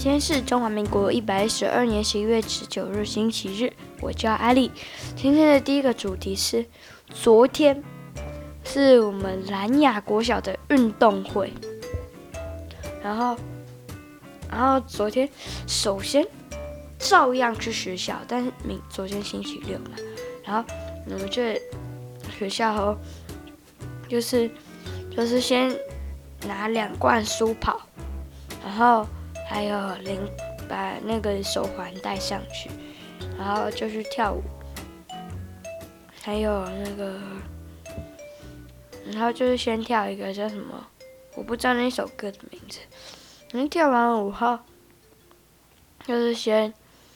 今天是中华民国112年11月19日，星期日。我叫阿丽。今天的第一个主题是，昨天是我们兰雅国小的运动会。然后昨天首先照样去学校，但是昨天星期六嘛，然后我们去学校后，就是先拿2罐舒跑，然后还有把那个手环戴上去，然后就去跳舞，还有然后就是先跳一个叫什么，我不知道那首歌的名字。跳完舞后，就是先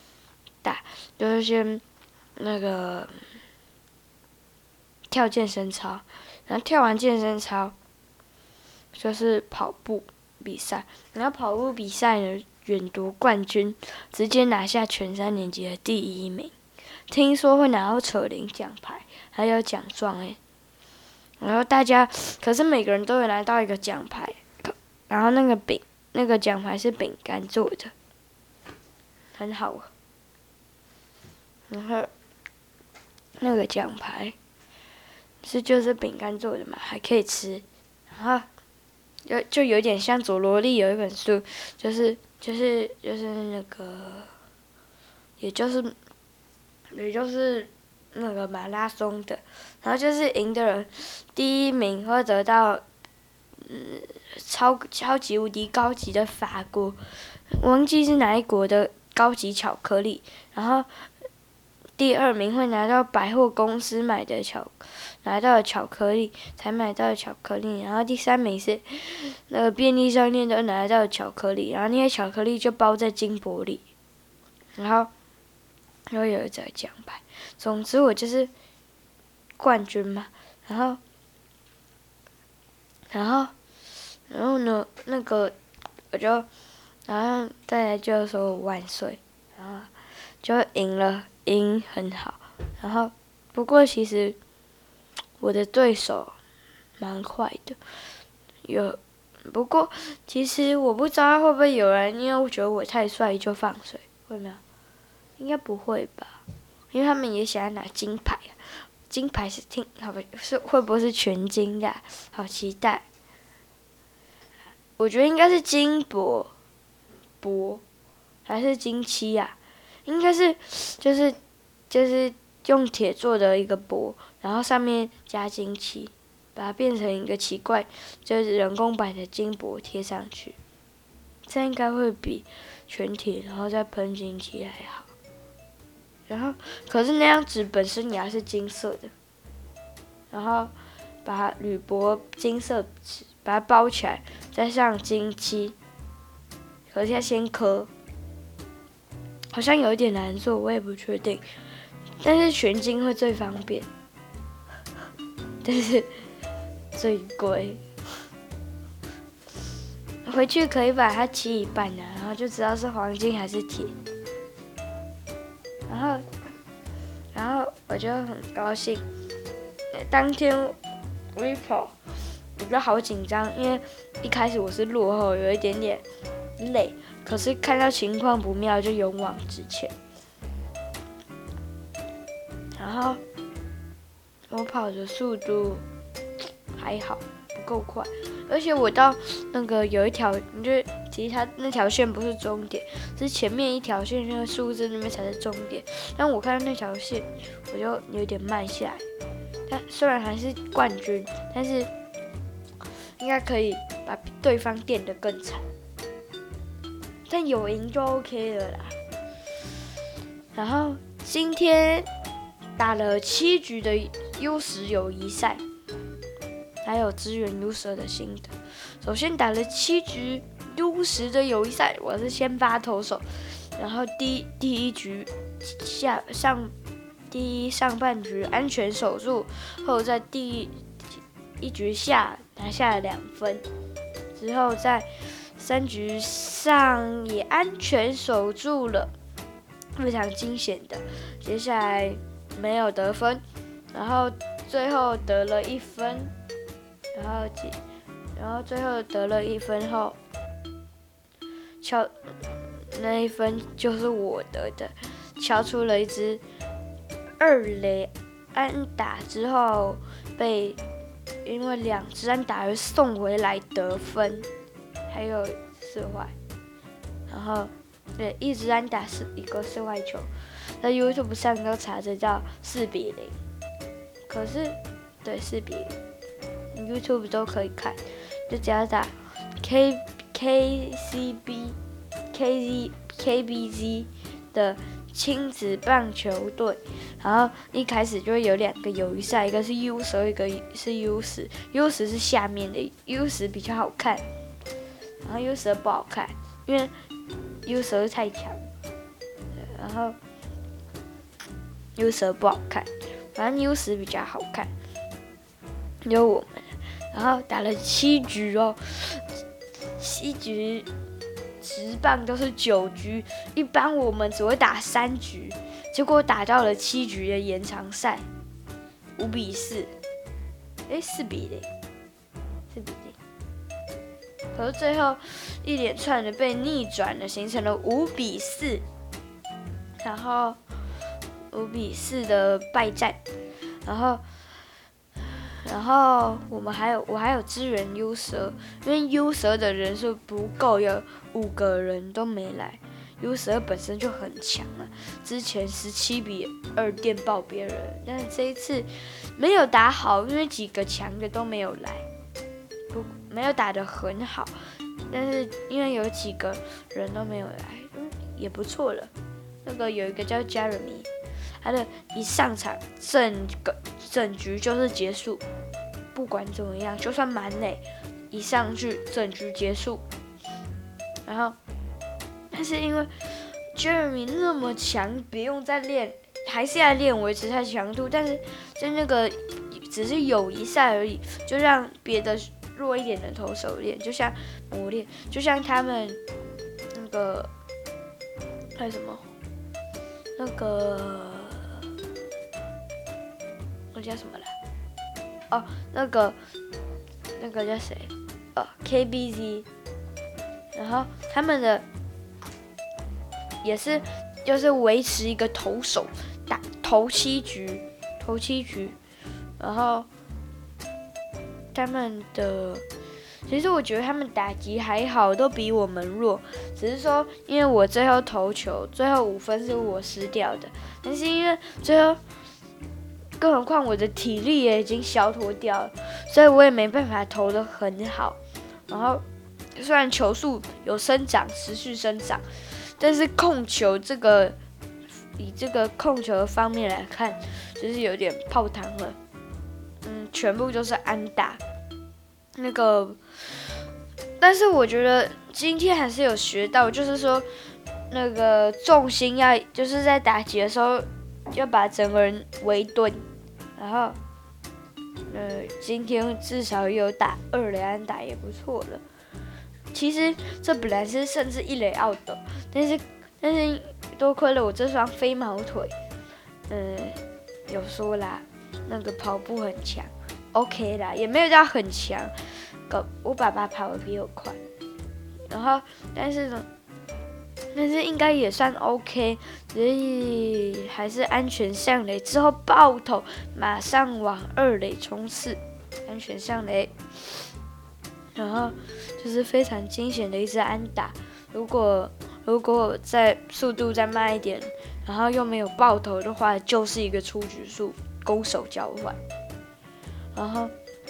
跳健身操，然后跳完健身操就是跑步比赛，然后跑步比赛呢远夺冠军，直接拿下全3年级的第1名。听说会拿到扯铃奖牌，还有奖状然后可是每个人都有拿到一个奖牌，然后那个奖牌是饼干做的，很好。然后那个奖牌就是饼干做的嘛，还可以吃。然后就有点像佐罗莉有一本书，就是那个，也就是那个马拉松的，然后就是赢的人第1名会得到超级无敌高级的法国，忘记是哪一国的高级巧克力，然后第2名会拿到百货公司买的巧克力，然后第3名是那个便利商店都拿到的巧克力，然后那些巧克力就包在金箔里，然后有一个奖牌。总之我就是冠军嘛，然后呢，然后大家就说我万岁，然后就赢很好。然后不过其实我的对手蛮快的，不过其实我不知道会不会有人因为我觉得我太帅就放水，会吗？应该不会吧，因为他们也想要拿金牌啊。金牌会不会是全金的好期待。我觉得应该是金箔还是金漆啊？应该是就是用铁做的一个箔，然后上面加金漆，把它变成一个奇怪就是人工版的金箔贴上去，这样应该会比全铁然后再喷金漆还好。然后可是那张纸本身也是金色的，然后把铝箔金色纸把它包起来，再上金漆，可是要先刻，好像有一点难做，我也不确定。但是全金会最方便，但是最贵。回去可以把它切一半然后就知道是黄金还是铁。然后我就很高兴。当天我一跑，我就好紧张，因为一开始我是落后，有一点点累，可是看到情况不妙就勇往直前。然后我跑的速度还好，不够快，而且我到那个有一条，其实它那条线不是终点，是前面一条线那个数字那边才是终点。但我看到那条线，我就有点慢下来。但虽然还是冠军，但是应该可以把对方电得更惨。但有赢就 OK 了啦。然后今天打了7局的 U10 友谊赛，还有支援 U12 的心得。首先打了7局 U10 的友谊赛，我是先发投手，然后第一局上半局安全守住后，在第1局下拿下了2分，之后在3局上也安全守住了，非常惊险的。接下来没有得分，然后最后得了1分，然后最后得了1分后， 那一分就是我得的，敲出了一支2垒安打之后，被因为2支安打而送回来得分，还有4坏，然后对1支安打是1个4坏球，在 YouTube 上都查着叫4-0，可是对4-0，YouTube 都可以看，就只要打 KBZ 的亲子棒球队，然后一开始就会有2个友谊赛，一个是 U10，一个是 U10，U10 是下面的 ，U10 比较好看，然后 U10 不好看，因为 U10 太强，然后 U10 不好看，反正 U10 比较好看，有我们，然后打了7局哦，7局。职棒都是9局，一般我们只会打3局，结果打到了7局的延长赛，5-4，4-0，可是最后一连串的被逆转了，形成了5-4，然后5-4的败战，然后我还有支援 U10，因为 U10的人数不够，有5个人都没来。U10 本身就很强了，之前17-2电爆别人，但是这一次没有打好，因为几个强的都没有来，没有打得很好，但是因为有几个人都没有来，也不错了。那个有一个叫 Jeremy， 他的一上场整局就是结束，不管怎么样，就算满垒，一上去整局结束。然后，但是因为 Jeremy 那么强，不用再练，还是要练维持他的强度，但是就那个只是友谊赛而已，就让别的弱一点的投手练，就像磨练，就像他们那个还有什么那个。叫什么来？哦，那个叫谁？KBZ。然后他们的也是就是维持一个投手投7局，然后他们的其实我觉得他们打击还好，都比我们弱，只是说因为我最后投球最后5分是我失掉的，但是因为最后。更何况我的体力也已经消脱掉了，所以我也没办法投得很好。然后虽然球速有持续生长，但是控球以这个控球的方面来看，就是有点泡汤了。全部都是安打。但是我觉得今天还是有学到，就是说那个重心就是在打击的时候要把整个人围蹲。然后，今天至少有打2垒安打也不错了。其实这本来是甚至1垒out的，但是多亏了我这双飞毛腿，有说啦，那个跑步很强 ，OK 啦，也没有到很强，我爸爸跑得比我快，然后但是应该也算 OK， 所以还是安全上垒之后爆头，马上往2垒冲刺，安全上垒，然后就是非常惊险的一支安打。如果在速度再慢一点，然后又没有爆头的话，就是一个出局数，攻守交换。然后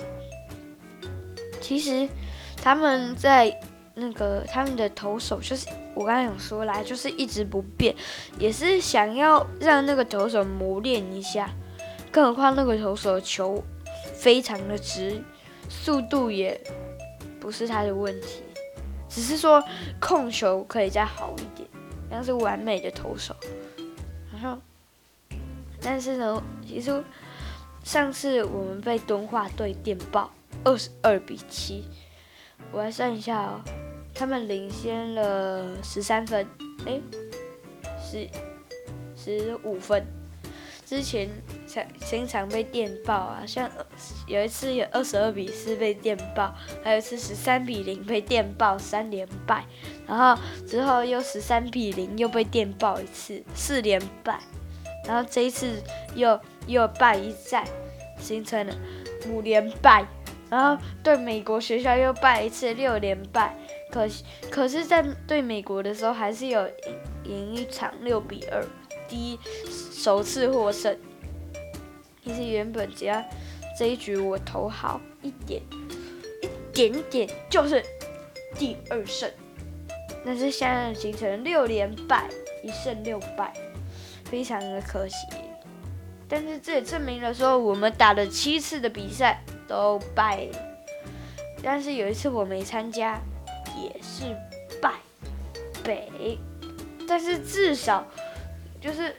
其实他们的投手就是我刚才有说啦，就是一直不变，也是想要让那个投手磨练一下。更何况那个投手的球非常的直，速度也不是他的问题，只是说控球可以再好一点，像是完美的投手。然后，但是呢，其实上次我们被敦化队电爆22-7，我来算一下哦。他们领先了13分，15分， 之前经常被电爆啊，像有一次有22-4被电爆，还有一次13-0被电爆3连败，然后之后又13-0又被电爆一次4连败，然后这一次又败一战，形成了5连败，然后对美国学校又败一次6连败，可是在对美国的时候还是有赢一场6-2，首次获胜。其实原本只要这一局我投好一点点就是第2胜，但是现在形成6连败，1胜6败，非常的可惜。但是这也证明了说我们打了7次的比赛都败了，但是有一次我没参加也是败北，但是至少就是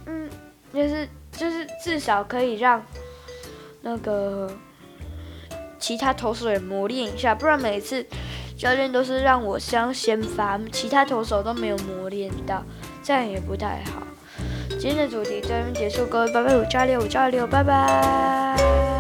至少可以让那个其他投手也磨练一下，不然每次教练都是让我当先发，其他投手都没有磨练到，这样也不太好。今天的主题到这边结束，各位拜拜，5+6，拜拜。